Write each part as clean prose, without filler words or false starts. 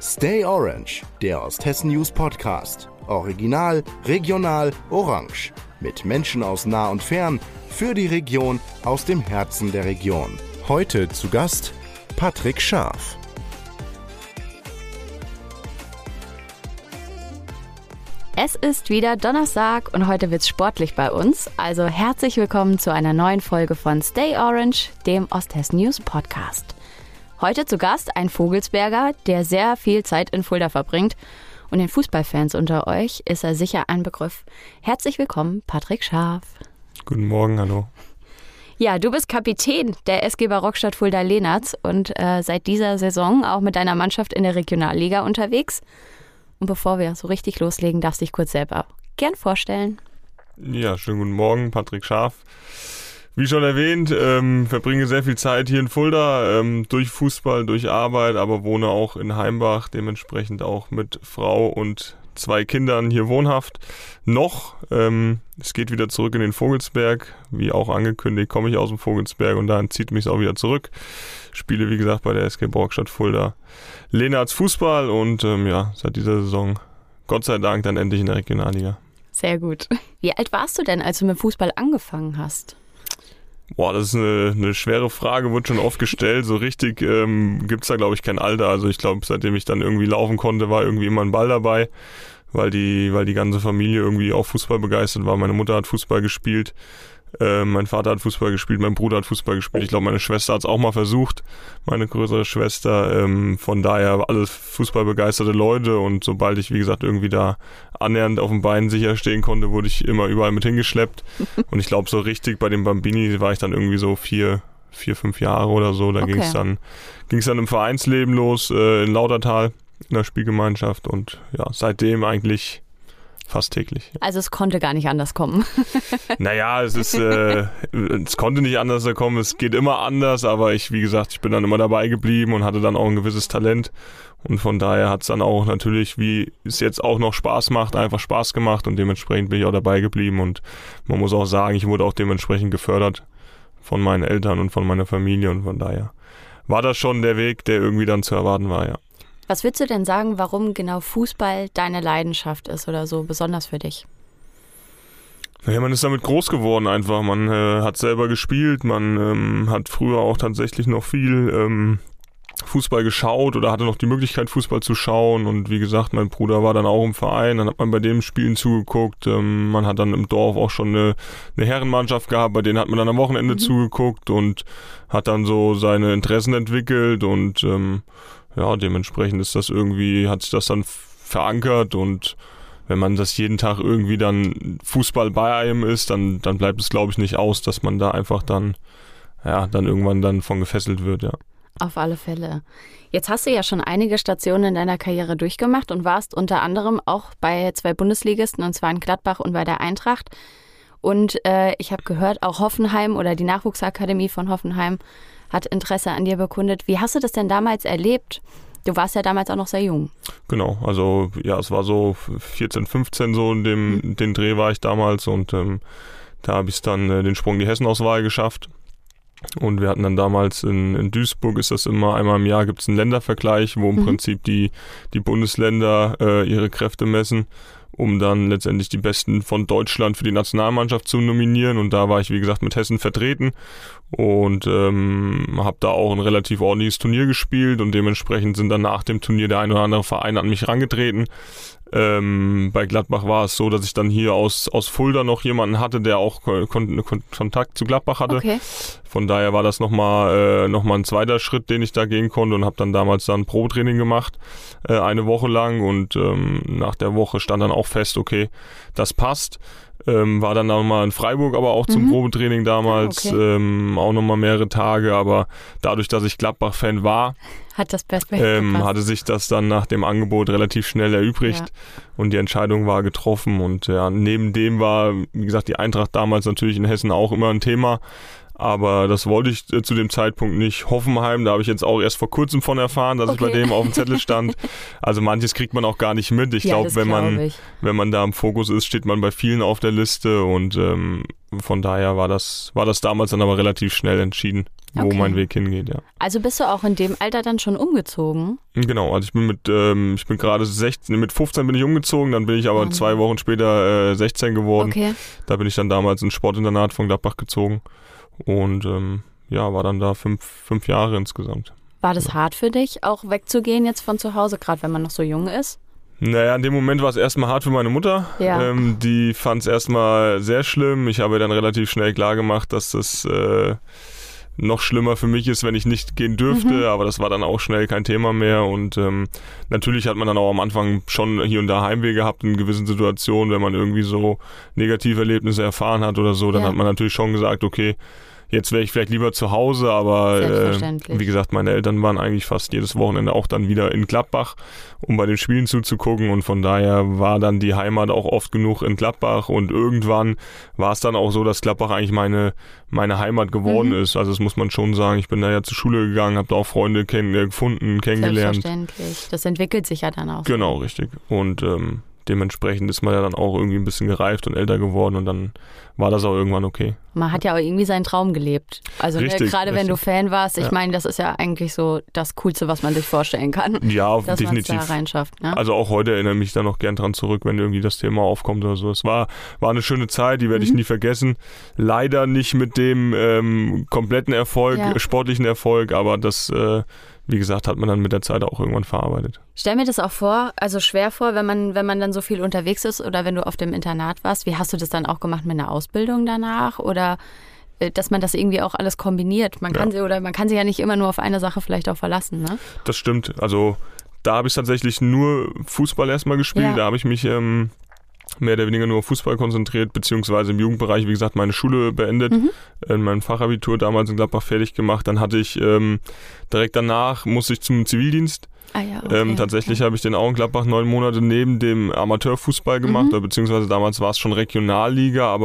Stay Orange, der Osthessen News Podcast. Original, regional, orange. Mit Menschen aus nah und fern, für die Region, aus dem Herzen der Region. Heute zu Gast Patrick Schaaf. Es ist wieder Donnerstag und heute wird's sportlich bei uns. Also herzlich willkommen zu einer neuen Folge von Stay Orange, dem Osthessen News Podcast. Heute zu Gast ein Vogelsberger, der sehr viel Zeit in Fulda verbringt. Und den Fußballfans unter euch ist er sicher ein Begriff. Herzlich willkommen, Patrick Schaaf. Guten Morgen, hallo. Ja, du bist Kapitän der SG Barockstadt Fulda-Lehnertz und seit dieser Saison auch mit deiner Mannschaft in der Regionalliga unterwegs. Und bevor wir so richtig loslegen, darfst du dich kurz selber gern vorstellen. Ja, schönen guten Morgen, Patrick Schaaf. Wie schon erwähnt, verbringe sehr viel Zeit hier in Fulda, durch Fußball, durch Arbeit, aber wohne auch in Heimbach, dementsprechend auch mit Frau und 2 Kindern hier wohnhaft. Es geht wieder zurück in den Vogelsberg, wie auch angekündigt, komme ich aus dem Vogelsberg und dann zieht mich es auch wieder zurück. Spiele, wie gesagt, bei der SG Barockstadt Fulda Lehnertz Fußball und seit dieser Saison Gott sei Dank dann endlich in der Regionalliga. Sehr gut. Wie alt warst du denn, als du mit Fußball angefangen hast? Boah, das ist eine schwere Frage, wird schon oft gestellt. So richtig gibt's da, glaube ich, kein Alter. Also ich glaube, seitdem ich dann irgendwie laufen konnte, war irgendwie immer ein Ball dabei, weil die ganze Familie irgendwie auch Fußball begeistert war. Meine Mutter hat Fußball gespielt, mein Vater hat Fußball gespielt, mein Bruder hat Fußball gespielt. Ich glaube, meine Schwester hat es auch mal versucht, meine größere Schwester. Von daher alles fußballbegeisterte Leute und sobald ich, wie gesagt, irgendwie da annähernd auf den Beinen sicher stehen konnte, wurde ich immer überall mit hingeschleppt. Und ich glaube, so richtig bei den Bambini war ich dann irgendwie so 4-5 Jahre oder so. Da ging es dann im Vereinsleben los in Lautertal in der Spielgemeinschaft und ja, seitdem eigentlich fast täglich. Also es konnte gar nicht anders kommen. Naja, es konnte nicht anders kommen, es geht immer anders, aber ich bin dann immer dabei geblieben und hatte dann auch ein gewisses Talent und von daher hat es dann auch natürlich, wie es jetzt auch noch Spaß macht, einfach Spaß gemacht und dementsprechend bin ich auch dabei geblieben und man muss auch sagen, ich wurde auch dementsprechend gefördert von meinen Eltern und von meiner Familie und von daher war das schon der Weg, der irgendwie dann zu erwarten war, ja. Was würdest du denn sagen, warum genau Fußball deine Leidenschaft ist oder so besonders für dich? Naja, man ist damit groß geworden einfach. Man hat selber gespielt, man hat früher auch tatsächlich noch viel Fußball geschaut oder hatte noch die Möglichkeit, Fußball zu schauen. Und wie gesagt, mein Bruder war dann auch im Verein, dann hat man bei dem Spielen zugeguckt. Man hat dann im Dorf auch schon eine Herrenmannschaft gehabt, bei denen hat man dann am Wochenende zugeguckt und hat dann so seine Interessen entwickelt und dementsprechend hat sich das dann verankert und wenn man das jeden Tag irgendwie dann Fußball bei einem ist, dann bleibt es, glaube ich, nicht aus, dass man da einfach dann irgendwann dann von gefesselt wird, ja. Auf alle Fälle. Jetzt hast du ja schon einige Stationen in deiner Karriere durchgemacht und warst unter anderem auch bei 2 Bundesligisten, und zwar in Gladbach und bei der Eintracht. Und ich habe gehört, auch Hoffenheim oder die Nachwuchsakademie von Hoffenheim hat Interesse an dir bekundet. Wie hast du das denn damals erlebt? Du warst ja damals auch noch sehr jung. Genau, also ja, es war so 14, 15 so in den Dreh war ich damals und da habe ich dann den Sprung in die Hessenauswahl geschafft. Und wir hatten dann damals in Duisburg, ist das immer einmal im Jahr, gibt es einen Ländervergleich, wo im Prinzip die Bundesländer ihre Kräfte messen, um dann letztendlich die Besten von Deutschland für die Nationalmannschaft zu nominieren. Und da war ich, wie gesagt, mit Hessen vertreten und habe da auch ein relativ ordentliches Turnier gespielt und dementsprechend sind dann nach dem Turnier der ein oder andere Verein an mich herangetreten. Bei Gladbach war es so, dass ich dann hier aus Fulda noch jemanden hatte, der auch Kontakt zu Gladbach hatte. Okay. Von daher war das nochmal ein zweiter Schritt, den ich da gehen konnte und habe dann damals dann Probetraining gemacht, eine Woche lang und nach der Woche stand dann auch fest, okay, das passt. War dann nochmal in Freiburg, aber auch zum Probetraining damals, auch nochmal mehrere Tage, aber dadurch, dass ich Gladbach-Fan war, hatte sich das dann nach dem Angebot relativ schnell erübrigt und die Entscheidung war getroffen und neben dem war, wie gesagt, die Eintracht damals natürlich in Hessen auch immer ein Thema. Aber das wollte ich zu dem Zeitpunkt nicht. Hoffenheim, da habe ich jetzt auch erst vor kurzem von erfahren, dass ich bei dem auf dem Zettel stand. Also manches kriegt man auch gar nicht mit. Ich glaube, wenn man da im Fokus ist, steht man bei vielen auf der Liste und von daher war das damals dann aber relativ schnell entschieden. wo mein Weg hingeht, ja. Also bist du auch in dem Alter dann schon umgezogen? Genau, also ich bin gerade 16, mit 15 bin ich umgezogen, dann bin ich aber 2 Wochen später 16 geworden. Okay. Da bin ich dann damals ins Sportinternat von Gladbach gezogen und war dann da 5 Jahre insgesamt. War das hart für dich, auch wegzugehen jetzt von zu Hause, gerade wenn man noch so jung ist? Naja, in dem Moment war es erstmal hart für meine Mutter. Ja. Die fand es erstmal sehr schlimm. Ich habe ihr dann relativ schnell klar gemacht, dass das noch schlimmer für mich ist, wenn ich nicht gehen dürfte. Aber das war dann auch schnell kein Thema mehr. Und natürlich hat man dann auch am Anfang schon hier und da Heimweh gehabt in gewissen Situationen, wenn man irgendwie so negative Erlebnisse erfahren hat oder so. Dann hat man natürlich schon gesagt, okay, jetzt wäre ich vielleicht lieber zu Hause, aber wie gesagt, meine Eltern waren eigentlich fast jedes Wochenende auch dann wieder in Gladbach, um bei den Spielen zuzugucken und von daher war dann die Heimat auch oft genug in Gladbach und irgendwann war es dann auch so, dass Gladbach eigentlich meine Heimat geworden ist. Also das muss man schon sagen. Ich bin da ja zur Schule gegangen, habe da auch Freunde kennengelernt. Selbstverständlich. Das entwickelt sich ja dann auch. Genau, richtig. Und dementsprechend ist man ja dann auch irgendwie ein bisschen gereift und älter geworden und dann war das auch irgendwann okay. Man hat ja auch irgendwie seinen Traum gelebt. Also gerade wenn du Fan warst, ich meine, das ist ja eigentlich so das Coolste, was man sich vorstellen kann. Ja, dass definitiv. Da reinschafft, ne? Also auch heute erinnere ich mich da noch gern dran zurück, wenn irgendwie das Thema aufkommt oder so. Es war eine schöne Zeit, die werde ich nie vergessen. Leider nicht mit dem kompletten Erfolg, sportlichen Erfolg, aber das wie gesagt, hat man dann mit der Zeit auch irgendwann verarbeitet. Stell mir das auch schwer vor, wenn man dann so viel unterwegs ist oder wenn du auf dem Internat warst. Wie hast du das dann auch gemacht mit einer Ausbildung danach? Oder dass man das irgendwie auch alles kombiniert? Man kann sich ja nicht immer nur auf eine Sache vielleicht auch verlassen, ne? Das stimmt. Also da habe ich tatsächlich nur Fußball erstmal gespielt. Ja. Da habe ich mich mehr oder weniger nur auf Fußball konzentriert, beziehungsweise im Jugendbereich, wie gesagt, meine Schule beendet, mein Fachabitur damals in Gladbach fertig gemacht. Dann hatte ich direkt danach, musste ich zum Zivildienst. Tatsächlich habe ich den auch in Gladbach 9 Monate neben dem Amateurfußball gemacht, beziehungsweise damals war es schon Regionalliga, aber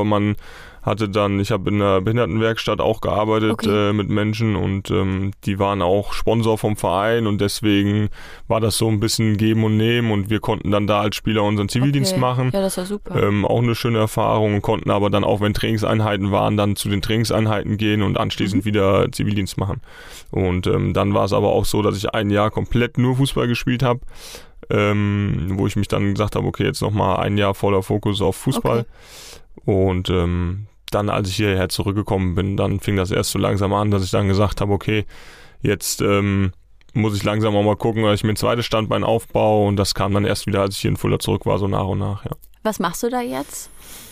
ich habe in einer Behindertenwerkstatt auch gearbeitet mit Menschen und die waren auch Sponsor vom Verein und deswegen war das so ein bisschen Geben und Nehmen und wir konnten dann da als Spieler unseren Zivildienst machen. Ja, das war super. Auch eine schöne Erfahrung und konnten aber dann auch, wenn Trainingseinheiten waren, dann zu den Trainingseinheiten gehen und anschließend wieder Zivildienst machen. Und dann war es aber auch so, dass ich ein Jahr komplett nur Fußball gespielt habe, wo ich mich dann gesagt habe, okay, jetzt nochmal ein Jahr voller Fokus auf Fußball. Und dann, als ich hierher zurückgekommen bin, dann fing das erst so langsam an, dass ich dann gesagt habe, okay, jetzt muss ich langsam auch mal gucken, dass ich mir ein zweites Standbein aufbaue und das kam dann erst wieder, als ich hier in Fulda zurück war, so nach und nach, ja. Was machst du da jetzt?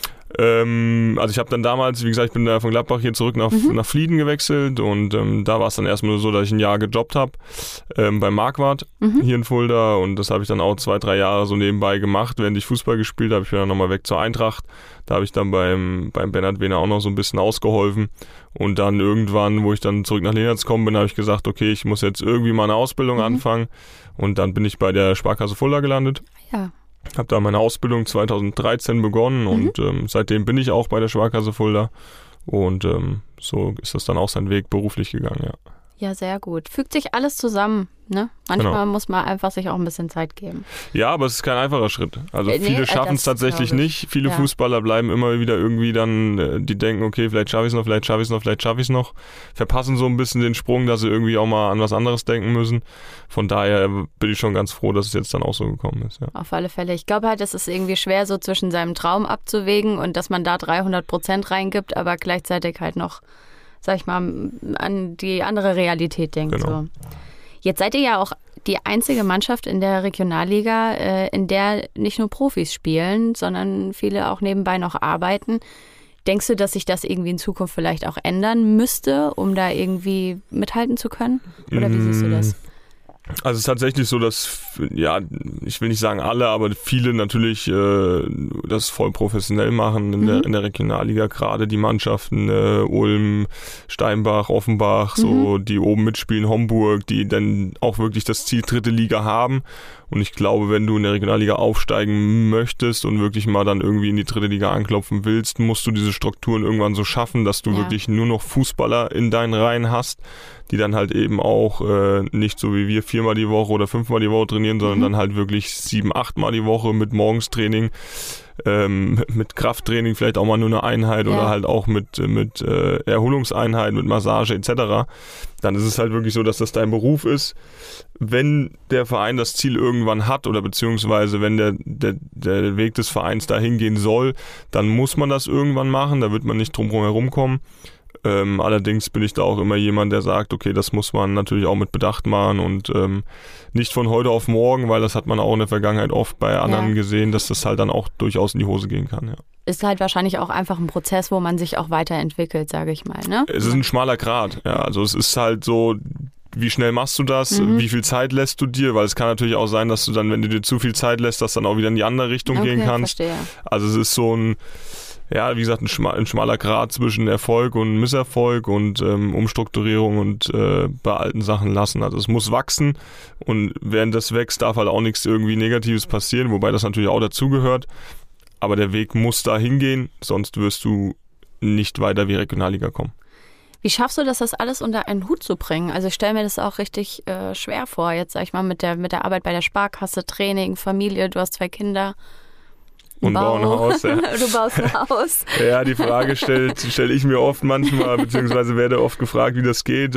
Also ich habe dann damals, wie gesagt, ich bin da von Gladbach hier zurück nach Flieden gewechselt und da war es dann erstmal so, dass ich ein Jahr gejobbt habe bei Marquardt hier in Fulda und das habe ich dann auch 2-3 Jahre so nebenbei gemacht, während ich Fußball gespielt habe. Ich bin dann nochmal weg zur Eintracht, da habe ich dann beim Bernhard Wehner auch noch so ein bisschen ausgeholfen und dann irgendwann, wo ich dann zurück nach Lehnertz gekommen bin, habe ich gesagt, okay, ich muss jetzt irgendwie mal eine Ausbildung anfangen und dann bin ich bei der Sparkasse Fulda gelandet. Ja. Habe da meine Ausbildung 2013 begonnen und seitdem bin ich auch bei der Sparkasse Fulda und so ist das dann auch sein Weg beruflich gegangen, ja. Ja, sehr gut. Fügt sich alles zusammen, ne? Manchmal muss man einfach sich auch ein bisschen Zeit geben. Ja, aber es ist kein einfacher Schritt. Also viele schaffen es tatsächlich nicht. Viele Fußballer bleiben immer wieder irgendwie dann, die denken, okay, vielleicht schaffe ich es noch, verpassen so ein bisschen den Sprung, dass sie irgendwie auch mal an was anderes denken müssen. Von daher bin ich schon ganz froh, dass es jetzt dann auch so gekommen ist. Ja. Auf alle Fälle. Ich glaube halt, es ist irgendwie schwer, so zwischen seinem Traum abzuwägen und dass man da 300% reingibt, aber gleichzeitig halt noch, sag ich mal, an die andere Realität denkt. Genau. So. Jetzt seid ihr ja auch die einzige Mannschaft in der Regionalliga, in der nicht nur Profis spielen, sondern viele auch nebenbei noch arbeiten. Denkst du, dass sich das irgendwie in Zukunft vielleicht auch ändern müsste, um da irgendwie mithalten zu können? Oder wie siehst du das? Also es ist tatsächlich so, dass, ja, ich will nicht sagen alle, aber viele natürlich das voll professionell machen in der Regionalliga, gerade die Mannschaften Ulm, Steinbach, Offenbach, so die oben mitspielen, Homburg, die dann auch wirklich das Ziel 3. Liga haben. Und ich glaube, wenn du in der Regionalliga aufsteigen möchtest und wirklich mal dann irgendwie in die 3. Liga anklopfen willst, musst du diese Strukturen irgendwann so schaffen, dass du wirklich nur noch Fußballer in deinen Reihen hast, die dann halt eben auch nicht so wie wir 4-mal die Woche oder 5-mal die Woche trainieren, sondern dann halt wirklich 7-8-mal die Woche mit Morgenstraining mit Krafttraining vielleicht auch mal nur eine Einheit oder halt auch mit Erholungseinheiten, mit Massage etc., dann ist es halt wirklich so, dass das dein Beruf ist. Wenn der Verein das Ziel irgendwann hat oder beziehungsweise wenn der Weg des Vereins dahin gehen soll, dann muss man das irgendwann machen, da wird man nicht drum herum kommen. Allerdings bin ich da auch immer jemand, der sagt, okay, das muss man natürlich auch mit Bedacht machen und nicht von heute auf morgen, weil das hat man auch in der Vergangenheit oft bei anderen gesehen, dass das halt dann auch durchaus in die Hose gehen kann. Ja. Ist halt wahrscheinlich auch einfach ein Prozess, wo man sich auch weiterentwickelt, sage ich mal. Ne? Es ist ein schmaler Grat, ja, also es ist halt so, wie schnell machst du das, wie viel Zeit lässt du dir, weil es kann natürlich auch sein, dass du dann, wenn du dir zu viel Zeit lässt, dass dann auch wieder in die andere Richtung gehen kannst. Verstehe. Also es ist so ein, ja, wie gesagt, ein schmaler Grat zwischen Erfolg und Misserfolg und Umstrukturierung und bei alten Sachen lassen. Also es muss wachsen und während das wächst, darf halt auch nichts irgendwie Negatives passieren, wobei das natürlich auch dazugehört. Aber der Weg muss da hingehen, sonst wirst du nicht weiter wie Regionalliga kommen. Wie schaffst du das alles unter einen Hut zu bringen? Also ich stelle mir das auch richtig schwer vor, jetzt sag ich mal, mit der Arbeit bei der Sparkasse, Training, Familie, du hast 2 Kinder. Und bauen ein Haus, ja. Du baust ein Haus. Ja, die Frage stelle ich mir oft manchmal, beziehungsweise werde oft gefragt, wie das geht.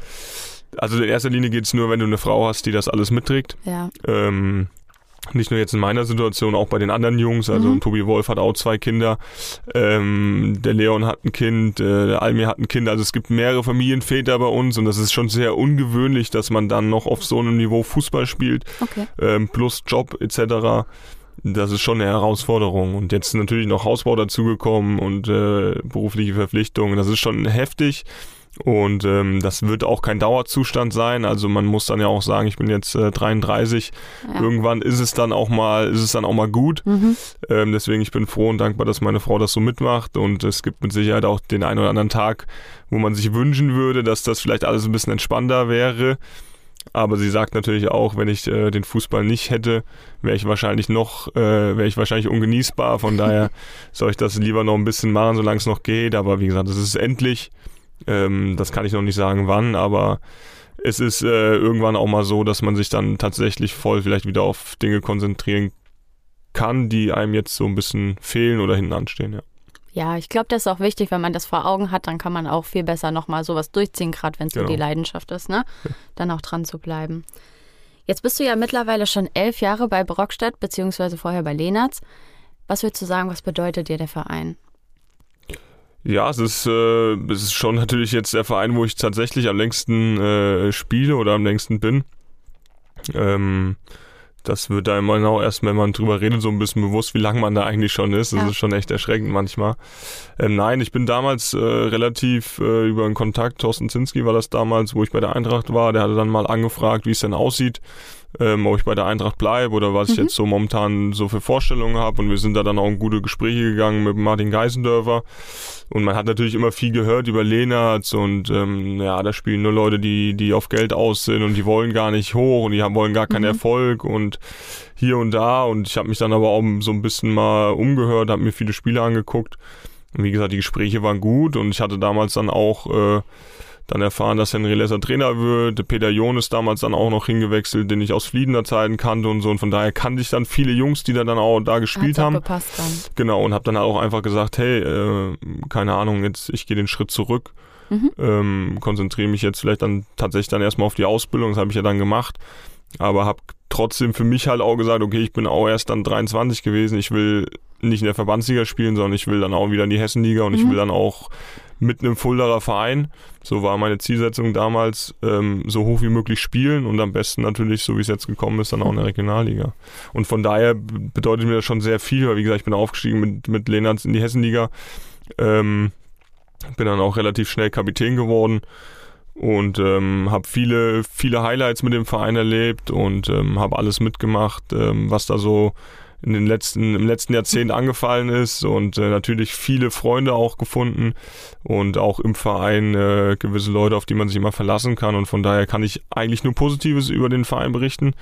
Also in erster Linie geht es nur, wenn du eine Frau hast, die das alles mitträgt. Ja. Nicht nur jetzt in meiner Situation, auch bei den anderen Jungs. Also Tobi Wolf hat auch 2 Kinder. Der Leon hat ein Kind, der Almir hat ein Kind. Also es gibt mehrere Familienväter bei uns und das ist schon sehr ungewöhnlich, dass man dann noch auf so einem Niveau Fußball spielt. Okay. Plus Job etc. Das ist schon eine Herausforderung. Und jetzt natürlich noch Hausbau dazugekommen und berufliche Verpflichtungen. Das ist schon heftig. Und das wird auch kein Dauerzustand sein. Also man muss dann ja auch sagen, ich bin jetzt 33. Ja. Irgendwann ist es dann auch mal gut. Deswegen ich bin froh und dankbar, dass meine Frau das so mitmacht. Und es gibt mit Sicherheit auch den einen oder anderen Tag, wo man sich wünschen würde, dass das vielleicht alles ein bisschen entspannter wäre. Aber sie sagt natürlich auch, wenn ich den Fußball nicht hätte, wäre ich wahrscheinlich ungenießbar. Von daher soll ich das lieber noch ein bisschen machen, solange es noch geht. Aber wie gesagt, es ist endlich. Das kann ich noch nicht sagen, wann. Aber es ist irgendwann auch mal so, dass man sich dann tatsächlich voll vielleicht wieder auf Dinge konzentrieren kann, die einem jetzt so ein bisschen fehlen oder hinten anstehen. Ja. Ja, ich glaube, das ist auch wichtig, wenn man das vor Augen hat, dann kann man auch viel besser nochmal sowas durchziehen, gerade wenn es so die Leidenschaft ist, ne? Ja. Dann auch dran zu bleiben. Jetzt bist du ja mittlerweile schon 11 Jahre bei Brockstedt, beziehungsweise vorher bei Lehnertz. Was würdest du sagen, was bedeutet dir der Verein? Ja, es ist schon natürlich jetzt der Verein, wo ich tatsächlich am längsten spiele oder am längsten bin. Das wird da immer auch erst, wenn man drüber redet, so ein bisschen bewusst, wie lange man da eigentlich schon ist. Das ist schon echt erschreckend manchmal. Nein, ich bin damals relativ über einen Kontakt, Thorsten Zinski war das damals, wo ich bei der Eintracht war, der hatte dann mal angefragt, wie es denn aussieht, ob ich bei der Eintracht bleibe oder was ich jetzt so momentan so für Vorstellungen habe. Und wir sind da dann auch in gute Gespräche gegangen mit Martin Geisendörfer. Und man hat natürlich immer viel gehört über Lehnertz und da spielen nur Leute, die auf Geld aus sind und die wollen gar nicht hoch und die wollen gar keinen Erfolg und hier und da. Und ich habe mich dann aber auch so ein bisschen mal umgehört, habe mir viele Spiele angeguckt. Und wie gesagt, die Gespräche waren gut und ich hatte damals dann auch dann erfahren, dass Henry Lesser Trainer wird. Peter John ist damals dann auch noch hingewechselt, den ich aus Fliedener Zeiten kannte und so. Und von daher kannte ich dann viele Jungs, die dann auch da gespielt haben. Gepasst dann. Genau, und habe dann auch einfach gesagt, hey, keine Ahnung, jetzt ich gehe den Schritt zurück, konzentriere mich jetzt vielleicht dann tatsächlich dann erstmal auf die Ausbildung. Das habe ich ja dann gemacht. Aber habe trotzdem für mich halt auch gesagt, okay, ich bin auch erst dann 23 gewesen. Ich will nicht in der Verbandsliga spielen, sondern ich will dann auch wieder in die Hessenliga und ich will dann auch mit einem Fuldaer Verein, so war meine Zielsetzung damals, so hoch wie möglich spielen und am besten natürlich, so wie es jetzt gekommen ist, dann auch in der Regionalliga. Und von daher bedeutet mir das schon sehr viel, weil wie gesagt, ich bin aufgestiegen mit Lehnertz in die Hessenliga, bin dann auch relativ schnell Kapitän geworden und habe viele Highlights mit dem Verein erlebt und habe alles mitgemacht, was da so im letzten Jahrzehnt angefallen ist und natürlich viele Freunde auch gefunden und auch im Verein gewisse Leute, auf die man sich immer verlassen kann und von daher kann ich eigentlich nur Positives über den Verein berichten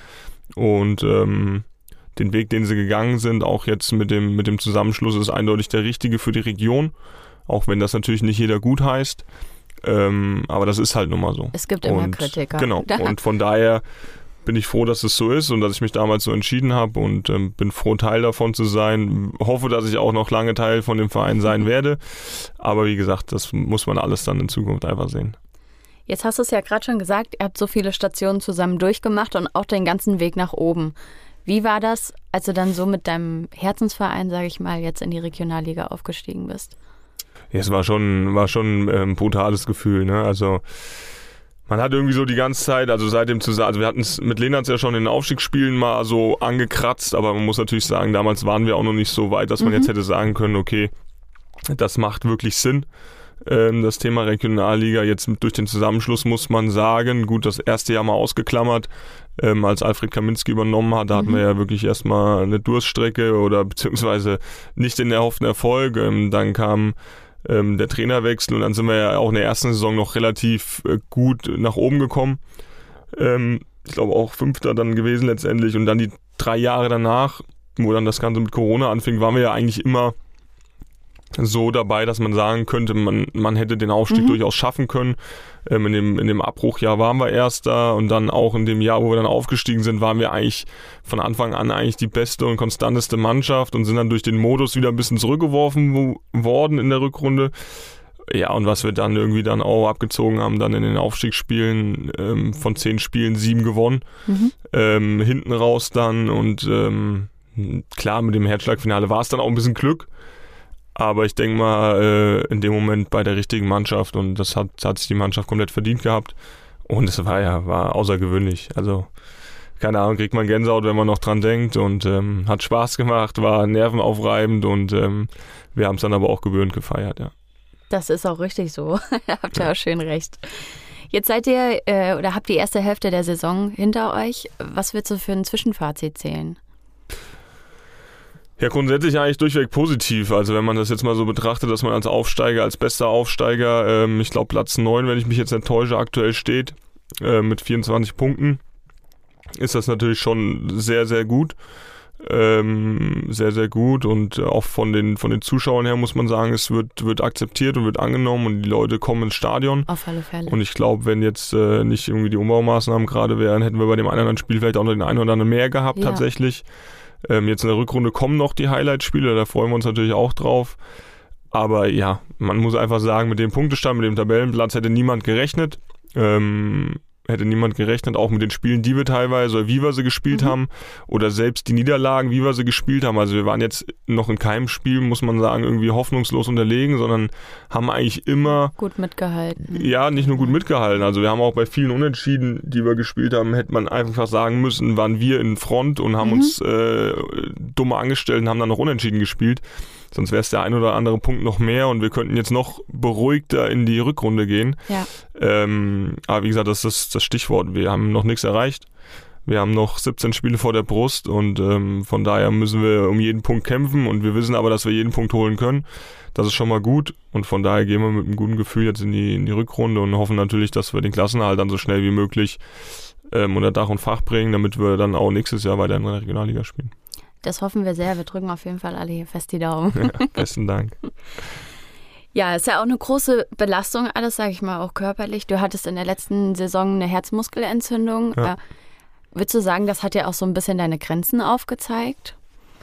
und den Weg, den sie gegangen sind, auch jetzt mit dem Zusammenschluss ist eindeutig der richtige für die Region, auch wenn das natürlich nicht jeder gut heißt, aber das ist halt nun mal so. Es gibt immer Kritiker. Genau, und von daher bin ich froh, dass es so ist und dass ich mich damals so entschieden habe und bin froh, Teil davon zu sein. Hoffe, dass ich auch noch lange Teil von dem Verein sein werde. Aber wie gesagt, das muss man alles dann in Zukunft einfach sehen. Jetzt hast du es ja gerade schon gesagt, ihr habt so viele Stationen zusammen durchgemacht und auch den ganzen Weg nach oben. Wie war das, als du dann so mit deinem Herzensverein, sage ich mal, jetzt in die Regionalliga aufgestiegen bist? Ja, es war schon ein brutales Gefühl, ne? Also man hat irgendwie so die ganze Zeit, also seitdem also wir hatten es mit Lehnertz ja schon in den Aufstiegsspielen mal so angekratzt, aber man muss natürlich sagen, damals waren wir auch noch nicht so weit, dass man jetzt hätte sagen können, okay, das macht wirklich Sinn. Das Thema Regionalliga, jetzt durch den Zusammenschluss muss man sagen, gut, das erste Jahr mal ausgeklammert, als Alfred Kaminski übernommen hat, da hatten wir ja wirklich erstmal eine Durststrecke oder beziehungsweise nicht den erhofften Erfolg, dann kam der Trainerwechsel und dann sind wir ja auch in der ersten Saison noch relativ gut nach oben gekommen. Ich glaube auch 5. dann gewesen letztendlich und dann die 3 Jahre danach, wo dann das Ganze mit Corona anfing, waren wir ja eigentlich immer so dabei, dass man sagen könnte, man hätte den Aufstieg durchaus schaffen können. In dem Abbruchjahr waren wir Erster und dann auch in dem Jahr, wo wir dann aufgestiegen sind, waren wir eigentlich von Anfang an eigentlich die beste und konstanteste Mannschaft und sind dann durch den Modus wieder ein bisschen zurückgeworfen worden in der Rückrunde. Ja, und was wir dann irgendwie dann auch abgezogen haben, dann in den Aufstiegsspielen, von 10 Spielen 7 gewonnen, hinten raus dann und klar, mit dem Herzschlagfinale war es dann auch ein bisschen Glück. Aber ich denke mal, in dem Moment bei der richtigen Mannschaft und das hat sich die Mannschaft komplett verdient gehabt und es war außergewöhnlich. Also, keine Ahnung, kriegt man Gänsehaut, wenn man noch dran denkt und hat Spaß gemacht, war nervenaufreibend und wir haben es dann aber auch gebührend gefeiert, ja. Das ist auch richtig so, habt ihr auch schön recht. Jetzt seid ihr oder habt die erste Hälfte der Saison hinter euch. Was würdest du für ein Zwischenfazit zählen? Ja, grundsätzlich eigentlich durchweg positiv. Also wenn man das jetzt mal so betrachtet, dass man als Aufsteiger, als bester Aufsteiger, ich glaube Platz 9, wenn ich mich jetzt nicht täusche, aktuell steht, mit 24 Punkten, ist das natürlich schon sehr, sehr gut. Sehr, sehr gut und auch von den Zuschauern her muss man sagen, es wird akzeptiert und wird angenommen und die Leute kommen ins Stadion. Auf alle Fälle. Und ich glaube, wenn jetzt nicht irgendwie die Umbaumaßnahmen gerade wären, hätten wir bei dem einen oder anderen Spiel vielleicht auch noch den einen oder anderen mehr gehabt tatsächlich. Jetzt in der Rückrunde kommen noch die Highlight-Spiele, da freuen wir uns natürlich auch drauf. Aber ja, man muss einfach sagen, mit dem Punktestand, mit dem Tabellenplatz hätte niemand gerechnet. Auch mit den Spielen, die wir teilweise, wie wir sie gespielt haben, oder selbst die Niederlagen, wie wir sie gespielt haben. Also wir waren jetzt noch in keinem Spiel, muss man sagen, irgendwie hoffnungslos unterlegen, sondern haben eigentlich immer gut mitgehalten. Ja, nicht nur gut mitgehalten. Also wir haben auch bei vielen Unentschieden, die wir gespielt haben, hätte man einfach sagen müssen, waren wir in Front und haben uns dumm angestellt und haben dann noch unentschieden gespielt. Sonst wäre es der ein oder andere Punkt noch mehr und wir könnten jetzt noch beruhigter in die Rückrunde gehen. Ja. Aber wie gesagt, das ist das Stichwort. Wir haben noch nichts erreicht. Wir haben noch 17 Spiele vor der Brust und von daher müssen wir um jeden Punkt kämpfen und wir wissen aber, dass wir jeden Punkt holen können. Das ist schon mal gut und von daher gehen wir mit einem guten Gefühl jetzt in die Rückrunde und hoffen natürlich, dass wir den Klassenerhalt dann so schnell wie möglich unter Dach und Fach bringen, damit wir dann auch nächstes Jahr weiter in der Regionalliga spielen. Das hoffen wir sehr. Wir drücken auf jeden Fall alle hier fest die Daumen. Ja, besten Dank. Ja, ist ja auch eine große Belastung alles, sage ich mal, auch körperlich. Du hattest in der letzten Saison eine Herzmuskelentzündung. Ja. Würdest du sagen, das hat ja auch so ein bisschen deine Grenzen aufgezeigt?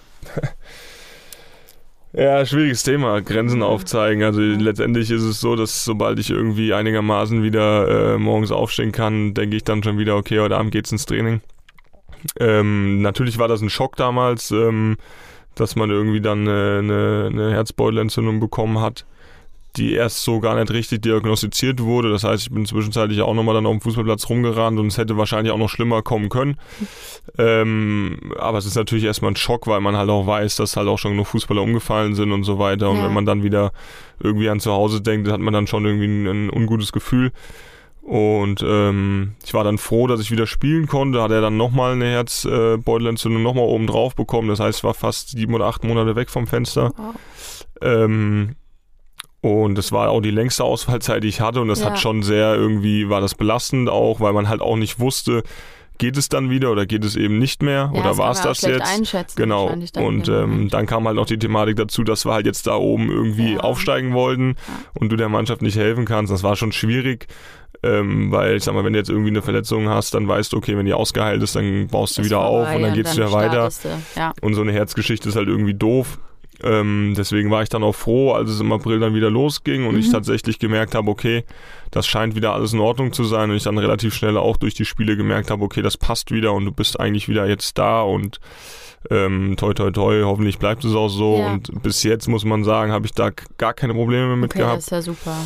Ja, schwieriges Thema, Grenzen aufzeigen. Also letztendlich ist es so, dass sobald ich irgendwie einigermaßen wieder morgens aufstehen kann, denke ich dann schon wieder, okay, heute Abend geht's ins Training. Natürlich war das ein Schock damals, dass man irgendwie dann eine Herzbeutelentzündung bekommen hat, die erst so gar nicht richtig diagnostiziert wurde. Das heißt, ich bin zwischenzeitlich auch nochmal dann auf dem Fußballplatz rumgerannt und es hätte wahrscheinlich auch noch schlimmer kommen können. Aber es ist natürlich erstmal ein Schock, weil man halt auch weiß, dass halt auch schon genug Fußballer umgefallen sind und so weiter. Und wenn man dann wieder irgendwie an zu Hause denkt, hat man dann schon irgendwie ein ungutes Gefühl. Und ich war dann froh, dass ich wieder spielen konnte. Hat er dann nochmal eine Herzbeutelentzündung nochmal oben drauf bekommen. Das heißt, ich war fast 7 oder 8 Monate weg vom Fenster. Wow. Und das war auch die längste Ausfallzeit, die ich hatte. Und das hat schon sehr irgendwie, war das belastend auch, weil man halt auch nicht wusste, geht es dann wieder oder geht es eben nicht mehr? Ja, oder war es das jetzt? Einschätzen, genau. Und dann kam halt noch die Thematik dazu, dass wir halt jetzt da oben irgendwie aufsteigen wollten und du der Mannschaft nicht helfen kannst. Das war schon schwierig. Weil, ich sag mal, wenn du jetzt irgendwie eine Verletzung hast, dann weißt du, okay, wenn die ausgeheilt ist, dann baust du wieder auf und dann geht's wieder weiter. Ja. Und so eine Herzgeschichte ist halt irgendwie doof. Deswegen war ich dann auch froh, als es im April dann wieder losging und ich tatsächlich gemerkt habe, okay, das scheint wieder alles in Ordnung zu sein und ich dann relativ schnell auch durch die Spiele gemerkt habe, okay, das passt wieder und du bist eigentlich wieder jetzt da und toi toi toi, hoffentlich bleibt es auch so und bis jetzt muss man sagen, habe ich da gar keine Probleme mit gehabt. Das ist ja super.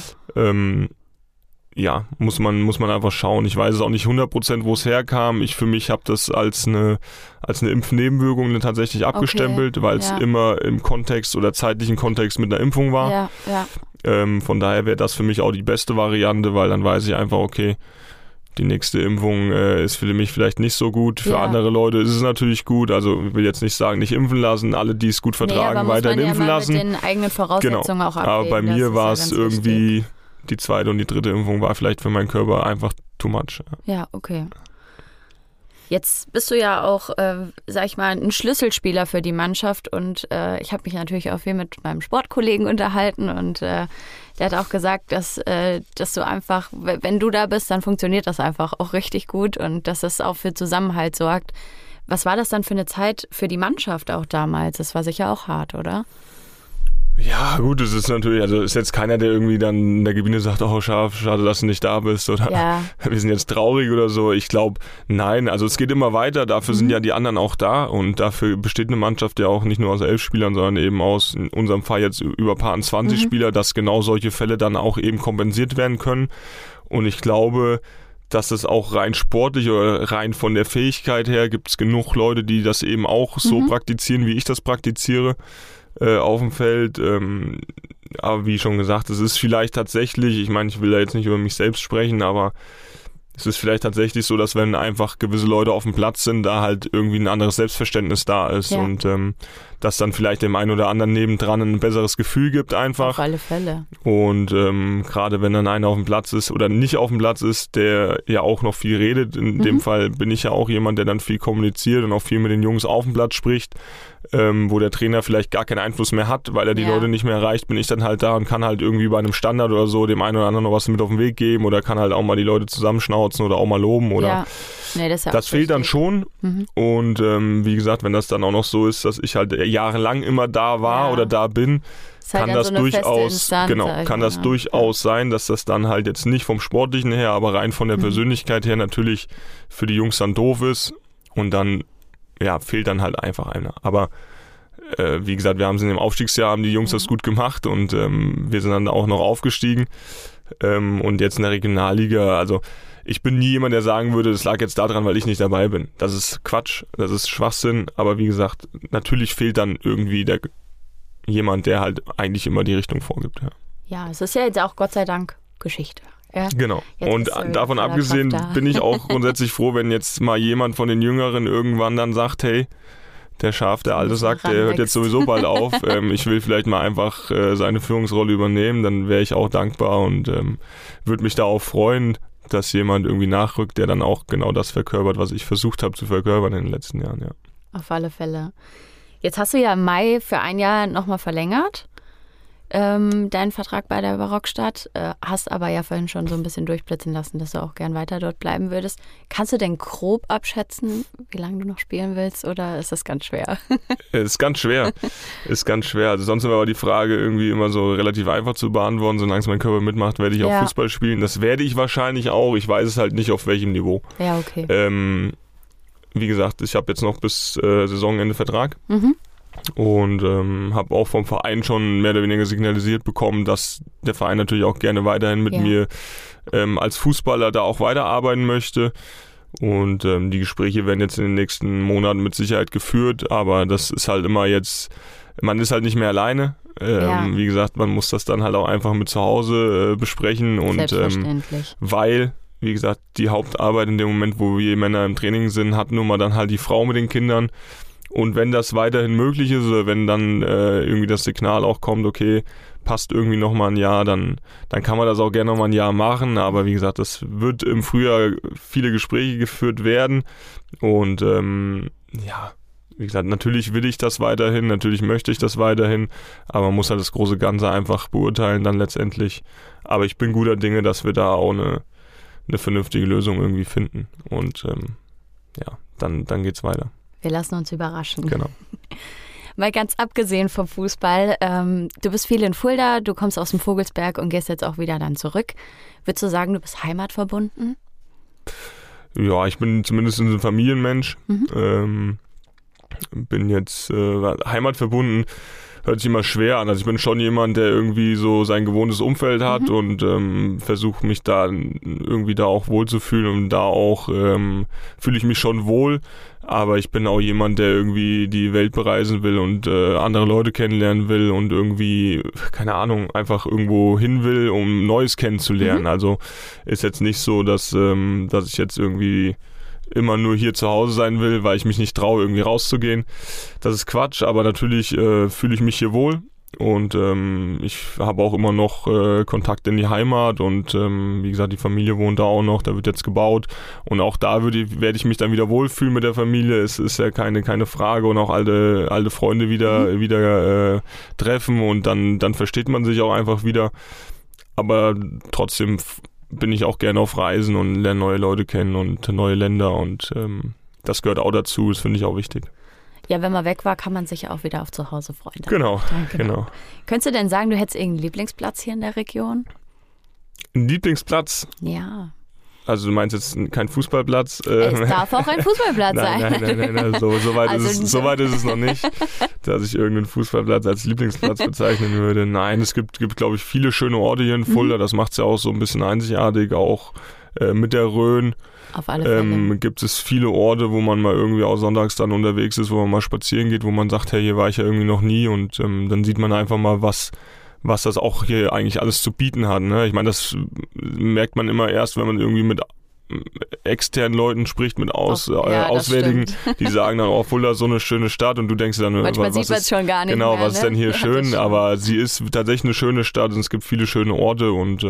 Ja, muss man einfach schauen. Ich weiß es auch nicht 100%, wo es herkam. Für mich habe das als eine Impfnebenwirkung tatsächlich abgestempelt, weil es immer im Kontext oder zeitlichen Kontext mit einer Impfung war. Ja. Von daher wäre das für mich auch die beste Variante, weil dann weiß ich einfach, okay, die nächste Impfung ist für mich vielleicht nicht so gut. Für andere Leute ist es natürlich gut. Also ich will jetzt nicht sagen, nicht impfen lassen. Alle, die es gut vertragen, weiterhin impfen lassen. Mit den eigenen Voraussetzungen auch abwägen. Aber bei mir war es irgendwie... Wichtig. Die zweite und die dritte Impfung war vielleicht für meinen Körper einfach too much. Ja, okay. Jetzt bist du ja auch, sag ich mal, ein Schlüsselspieler für die Mannschaft und ich habe mich natürlich auch viel mit meinem Sportkollegen unterhalten und der hat auch gesagt, dass du einfach, wenn du da bist, dann funktioniert das einfach auch richtig gut und dass es auch für Zusammenhalt sorgt. Was war das dann für eine Zeit für die Mannschaft auch damals? Das war sicher auch hart, oder? Ja, gut, es ist natürlich, also ist jetzt keiner, der irgendwie dann in der Kabine sagt, oh, schade, dass du nicht da bist oder wir sind jetzt traurig oder so. Ich glaube, nein, also es geht immer weiter, dafür sind ja die anderen auch da und dafür besteht eine Mannschaft ja auch nicht nur aus 11 Spielern, sondern eben aus, in unserem Fall jetzt über paar 20 Spieler, dass genau solche Fälle dann auch eben kompensiert werden können und ich glaube, dass es auch rein sportlich oder rein von der Fähigkeit her gibt es genug Leute, die das eben auch so praktizieren, wie ich das praktiziere. Auf dem Feld, aber wie schon gesagt, es ist vielleicht tatsächlich, ich meine, ich will da jetzt nicht über mich selbst sprechen, aber es ist vielleicht tatsächlich so, dass wenn einfach gewisse Leute auf dem Platz sind, da halt irgendwie ein anderes Selbstverständnis da ist und dass dann vielleicht dem einen oder anderen nebendran ein besseres Gefühl gibt einfach. Auf alle Fälle. Und gerade wenn dann einer auf dem Platz ist oder nicht auf dem Platz ist, der ja auch noch viel redet, in dem Fall bin ich ja auch jemand, der dann viel kommuniziert und auch viel mit den Jungs auf dem Platz spricht, wo der Trainer vielleicht gar keinen Einfluss mehr hat, weil er die Leute nicht mehr erreicht, bin ich dann halt da und kann halt irgendwie bei einem Standard oder so dem einen oder anderen noch was mit auf den Weg geben oder kann halt auch mal die Leute zusammenschnauzen oder auch mal loben oder das fehlt dann schon und wie gesagt, wenn das dann auch noch so ist, dass ich halt jahrelang immer da war oder da bin, kann das so durchaus durchaus sein, dass das dann halt jetzt nicht vom Sportlichen her, aber rein von der Persönlichkeit her natürlich für die Jungs dann doof ist und dann fehlt dann halt einfach einer. Aber wie gesagt, wir haben es in dem Aufstiegsjahr, haben die Jungs das gut gemacht und wir sind dann auch noch aufgestiegen und jetzt in der Regionalliga, also ich bin nie jemand, der sagen würde, das lag jetzt daran, weil ich nicht dabei bin. Das ist Quatsch, das ist Schwachsinn, aber wie gesagt, natürlich fehlt dann irgendwie jemand, der halt eigentlich immer die Richtung vorgibt. Ja, es ist ja jetzt auch Gott sei Dank Geschichte. Ja. Genau. Und davon abgesehen bin ich auch grundsätzlich froh, wenn jetzt mal jemand von den Jüngeren irgendwann dann sagt, hey, der Schaf, der alte Sack, der hört jetzt sowieso bald auf. Ich will vielleicht mal einfach seine Führungsrolle übernehmen, dann wäre ich auch dankbar und würde mich da auch freuen, dass jemand irgendwie nachrückt, der dann auch genau das verkörpert, was ich versucht habe zu verkörpern in den letzten Jahren. Ja. Auf alle Fälle. Jetzt hast du ja im Mai für ein Jahr nochmal verlängert, deinen Vertrag bei der Barockstadt, hast aber ja vorhin schon so ein bisschen durchblitzen lassen, dass du auch gern weiter dort bleiben würdest. Kannst du denn grob abschätzen, wie lange du noch spielen willst oder ist das ganz schwer? Ist ganz schwer. Also sonst war aber die Frage irgendwie immer so relativ einfach zu beantworten. Solange es mein Körper mitmacht, werde ich auch Fußball spielen. Das werde ich wahrscheinlich auch. Ich weiß es halt nicht, auf welchem Niveau. Ja, okay. Wie gesagt, ich habe jetzt noch bis Saisonende Vertrag. Und habe auch vom Verein schon mehr oder weniger signalisiert bekommen, dass der Verein natürlich auch gerne weiterhin mit mir als Fußballer da auch weiterarbeiten möchte. Und die Gespräche werden jetzt in den nächsten Monaten mit Sicherheit geführt, aber das ist halt immer jetzt, man ist halt nicht mehr alleine. Wie gesagt, man muss das dann halt auch einfach mit zu Hause besprechen und weil, wie gesagt, die Hauptarbeit in dem Moment, wo wir Männer im Training sind, hat nun mal dann halt die Frau mit den Kindern. Und wenn das weiterhin möglich ist, oder wenn dann irgendwie das Signal auch kommt, okay, passt irgendwie nochmal ein Jahr, dann kann man das auch gerne nochmal ein Jahr machen. Aber wie gesagt, das wird im Frühjahr viele Gespräche geführt werden. Und wie gesagt, natürlich will ich das weiterhin, natürlich möchte ich das weiterhin, aber man muss halt das große Ganze einfach beurteilen dann letztendlich. Aber ich bin guter Dinge, dass wir da auch eine vernünftige Lösung irgendwie finden. Und dann geht's weiter. Wir lassen uns überraschen. Genau. Mal ganz abgesehen vom Fußball, du bist viel in Fulda, du kommst aus dem Vogelsberg und gehst jetzt auch wieder dann zurück. Würdest du sagen, du bist heimatverbunden? Ja, ich bin zumindest ein Familienmensch. Bin jetzt heimatverbunden. Hört sich immer schwer an. Also ich bin schon jemand, der irgendwie so sein gewohntes Umfeld hat und versuche mich da irgendwie da auch wohlzufühlen und da auch fühle ich mich schon wohl. Aber ich bin auch jemand, der irgendwie die Welt bereisen will und andere Leute kennenlernen will und irgendwie, keine Ahnung, einfach irgendwo hin will, um Neues kennenzulernen. Also ist jetzt nicht so, dass ich jetzt irgendwie immer nur hier zu Hause sein will, weil ich mich nicht traue, irgendwie rauszugehen. Das ist Quatsch, aber natürlich fühle ich mich hier wohl und ich habe auch immer noch Kontakt in die Heimat und wie gesagt, die Familie wohnt da auch noch, da wird jetzt gebaut und auch da werde ich mich dann wieder wohlfühlen mit der Familie. Es ist ja keine Frage und auch alte Freunde wieder treffen und dann versteht man sich auch einfach wieder. Aber trotzdem bin ich auch gerne auf Reisen und lerne neue Leute kennen und neue Länder und das gehört auch dazu, das finde ich auch wichtig. Ja, wenn man weg war, kann man sich auch wieder auf zu Hause freuen. Genau. Könntest du denn sagen, du hättest irgendeinen Lieblingsplatz hier in der Region? Ein Lieblingsplatz? Ja. Also du meinst jetzt kein Fußballplatz? Es darf auch ein Fußballplatz sein. Nein, so weit ist es noch nicht, dass ich irgendeinen Fußballplatz als Lieblingsplatz bezeichnen würde. Nein, es gibt glaube ich, viele schöne Orte hier in Fulda. Das macht es ja auch so ein bisschen einzigartig, auch mit der Rhön. Auf alle Fälle. Gibt es viele Orte, wo man mal irgendwie auch sonntags dann unterwegs ist, wo man mal spazieren geht, wo man sagt, hey, hier war ich ja irgendwie noch nie und dann sieht man einfach mal, was das auch hier eigentlich alles zu bieten hat. Ne? Ich meine, das merkt man immer erst, wenn man irgendwie mit externen Leuten spricht, mit Auswärtigen, die sagen dann, oh, Fulda ist so eine schöne Stadt und du denkst dann, manchmal sieht man es schon gar nicht genau, mehr, was ist denn hier schön, aber sie ist tatsächlich eine schöne Stadt und es gibt viele schöne Orte und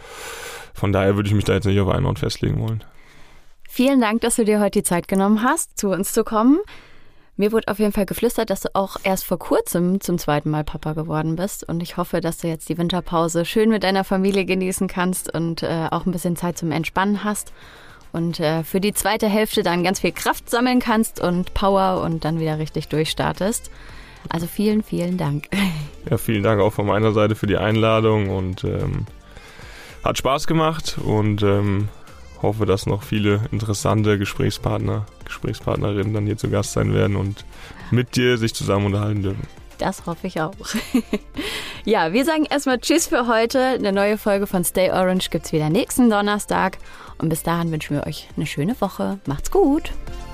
von daher würde ich mich da jetzt nicht auf einen Ort festlegen wollen. Vielen Dank, dass du dir heute die Zeit genommen hast, zu uns zu kommen. Mir wurde auf jeden Fall geflüstert, dass du auch erst vor kurzem zum zweiten Mal Papa geworden bist. Und ich hoffe, dass du jetzt die Winterpause schön mit deiner Familie genießen kannst und auch ein bisschen Zeit zum Entspannen hast. Und für die zweite Hälfte dann ganz viel Kraft sammeln kannst und Power und dann wieder richtig durchstartest. Also vielen, vielen Dank. Ja, vielen Dank auch von meiner Seite für die Einladung und hat Spaß gemacht und hoffe, dass noch viele interessante Gesprächspartnerinnen dann hier zu Gast sein werden und mit dir sich zusammen unterhalten dürfen. Das hoffe ich auch. Ja, wir sagen erstmal Tschüss für heute. Eine neue Folge von Stay Orange gibt es wieder nächsten Donnerstag. Und bis dahin wünschen wir euch eine schöne Woche. Macht's gut.